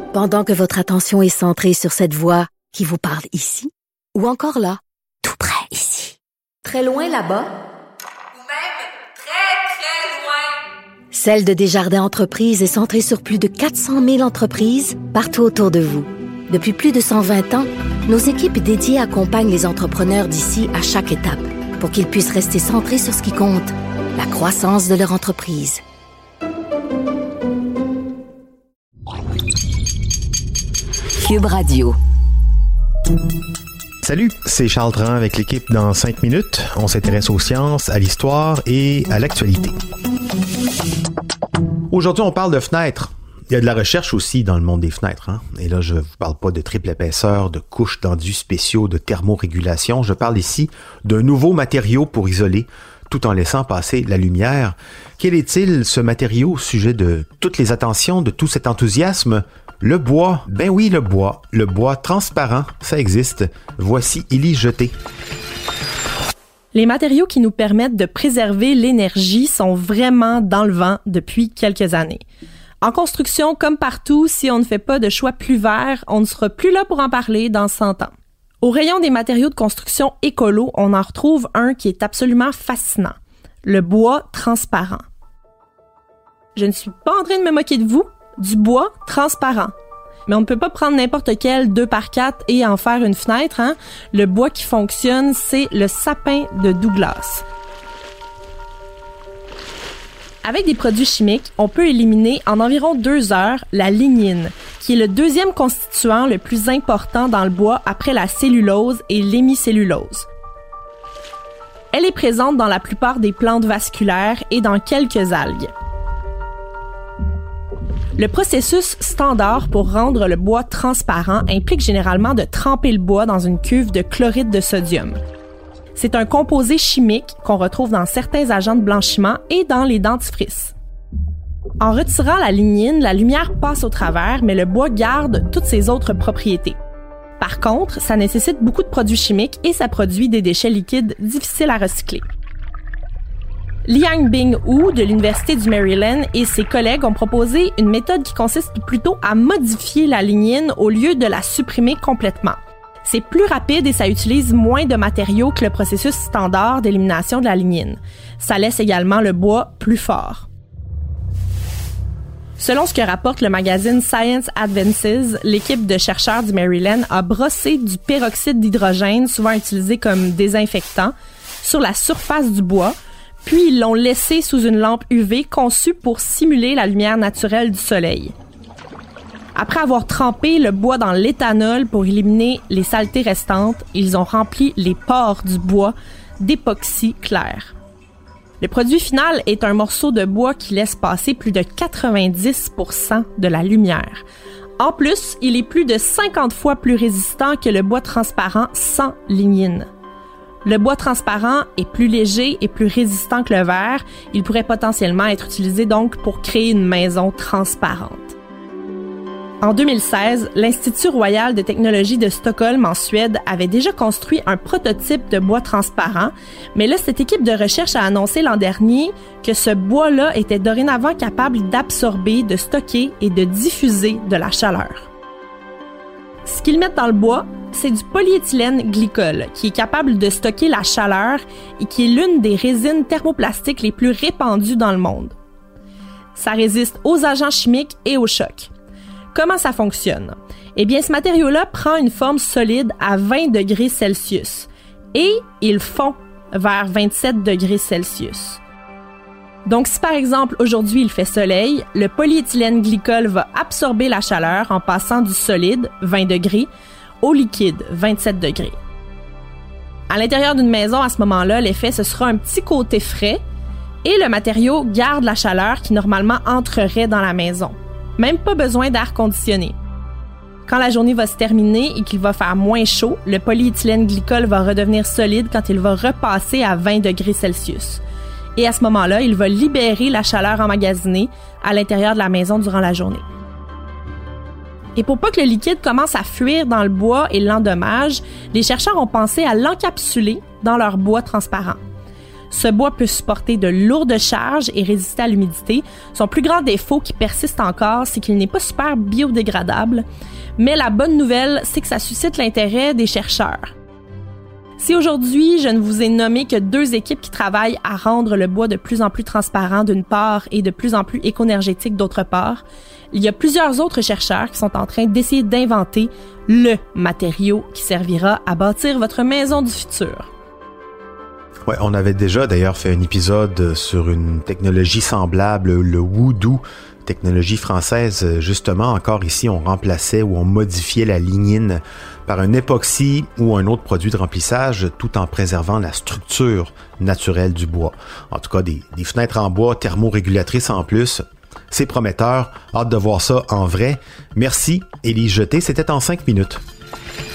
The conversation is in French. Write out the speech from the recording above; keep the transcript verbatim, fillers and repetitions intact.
Pendant que votre attention est centrée sur cette voix qui vous parle ici, ou encore là, tout près ici, très loin là-bas, ou même très, très loin. Celle de Desjardins Entreprises est centrée sur plus de quatre cent mille entreprises partout autour de vous. Depuis plus de cent vingt ans, nos équipes dédiées accompagnent les entrepreneurs d'ici à chaque étape pour qu'ils puissent rester centrés sur ce qui compte, la croissance de leur entreprise. Cube Radio. Salut, c'est Charles Tran avec l'équipe dans cinq minutes. On s'intéresse aux sciences, à l'histoire et à l'actualité. Aujourd'hui, on parle de fenêtres. Il y a de la recherche aussi dans le monde des fenêtres. Hein? Et là, je ne vous parle pas de triple épaisseur, de couches d'endus spéciaux, de thermorégulation. Je parle ici d'un nouveau matériau pour isoler tout en laissant passer la lumière. Quel est-il, ce matériau, au sujet de toutes les attentions, de tout cet enthousiasme? Le bois, ben oui, le bois. Le bois transparent, ça existe. Voici Élie Jeté. Les matériaux qui nous permettent de préserver l'énergie sont vraiment dans le vent depuis quelques années. En construction, comme partout, si on ne fait pas de choix plus verts, on ne sera plus là pour en parler dans cent ans. Au rayon des matériaux de construction écolo, on en retrouve un qui est absolument fascinant. Le bois transparent. Je ne suis pas en train de me moquer de vous, du bois transparent. Mais on ne peut pas prendre n'importe quel deux par quatre et en faire une fenêtre. Hein? Le bois qui fonctionne, c'est le sapin de Douglas. Avec des produits chimiques, on peut éliminer en environ deux heures la lignine, qui est le deuxième constituant le plus important dans le bois après la cellulose et l'hémicellulose. Elle est présente dans la plupart des plantes vasculaires et dans quelques algues. Le processus standard pour rendre le bois transparent implique généralement de tremper le bois dans une cuve de chloride de sodium. C'est un composé chimique qu'on retrouve dans certains agents de blanchiment et dans les dentifrices. En retirant la lignine, la lumière passe au travers, mais le bois garde toutes ses autres propriétés. Par contre, ça nécessite beaucoup de produits chimiques et ça produit des déchets liquides difficiles à recycler. Liang-Bing Hu de l'Université du Maryland et ses collègues ont proposé une méthode qui consiste plutôt à modifier la lignine au lieu de la supprimer complètement. C'est plus rapide et ça utilise moins de matériaux que le processus standard d'élimination de la lignine. Ça laisse également le bois plus fort. Selon ce que rapporte le magazine Science Advances, l'équipe de chercheurs du Maryland a brossé du peroxyde d'hydrogène, souvent utilisé comme désinfectant, sur la surface du bois, puis ils l'ont laissé sous une lampe U V conçue pour simuler la lumière naturelle du soleil. Après avoir trempé le bois dans l'éthanol pour éliminer les saletés restantes, ils ont rempli les pores du bois d'époxy clair. Le produit final est un morceau de bois qui laisse passer plus de quatre-vingt-dix pour cent de la lumière. En plus, il est plus de cinquante fois plus résistant que le bois transparent sans lignine. Le bois transparent est plus léger et plus résistant que le verre. Il pourrait potentiellement être utilisé donc pour créer une maison transparente. En deux mille seize, l'Institut royal de technologie de Stockholm en Suède avait déjà construit un prototype de bois transparent, mais là, cette équipe de recherche a annoncé l'an dernier que ce bois-là était dorénavant capable d'absorber, de stocker et de diffuser de la chaleur. Ce qu'ils mettent dans le bois, c'est du polyéthylène glycol, qui est capable de stocker la chaleur et qui est l'une des résines thermoplastiques les plus répandues dans le monde. Ça résiste aux agents chimiques et aux chocs. Comment ça fonctionne? Eh bien, ce matériau-là prend une forme solide à vingt degrés Celsius et il fond vers vingt-sept degrés Celsius. Donc, si par exemple, aujourd'hui, il fait soleil, le polyéthylène glycol va absorber la chaleur en passant du solide, vingt degrés, au liquide, vingt-sept degrés. À l'intérieur d'une maison, à ce moment-là, l'effet, ce sera un petit côté frais et le matériau garde la chaleur qui normalement entrerait dans la maison. Même pas besoin d'air conditionné. Quand la journée va se terminer et qu'il va faire moins chaud, le polyéthylène glycol va redevenir solide quand il va repasser à vingt degrés Celsius. Et à ce moment-là, il va libérer la chaleur emmagasinée à l'intérieur de la maison durant la journée. Et pour pas que le liquide commence à fuir dans le bois et l'endommage, les chercheurs ont pensé à l'encapsuler dans leur bois transparent. Ce bois peut supporter de lourdes charges et résister à l'humidité. Son plus grand défaut qui persiste encore, c'est qu'il n'est pas super biodégradable. Mais la bonne nouvelle, c'est que ça suscite l'intérêt des chercheurs. Si aujourd'hui, je ne vous ai nommé que deux équipes qui travaillent à rendre le bois de plus en plus transparent d'une part et de plus en plus éco-énergétique d'autre part, il y a plusieurs autres chercheurs qui sont en train d'essayer d'inventer le matériau qui servira à bâtir votre maison du futur. Ouais, on avait déjà d'ailleurs fait un épisode sur une technologie semblable, le Woodoo, technologie française. Justement, encore ici, on remplaçait ou on modifiait la lignine par un époxy ou un autre produit de remplissage tout en préservant la structure naturelle du bois. En tout cas, des, des fenêtres en bois thermorégulatrices en plus. C'est prometteur. Hâte de voir ça en vrai. Merci, Élise Jeté. C'était en cinq minutes.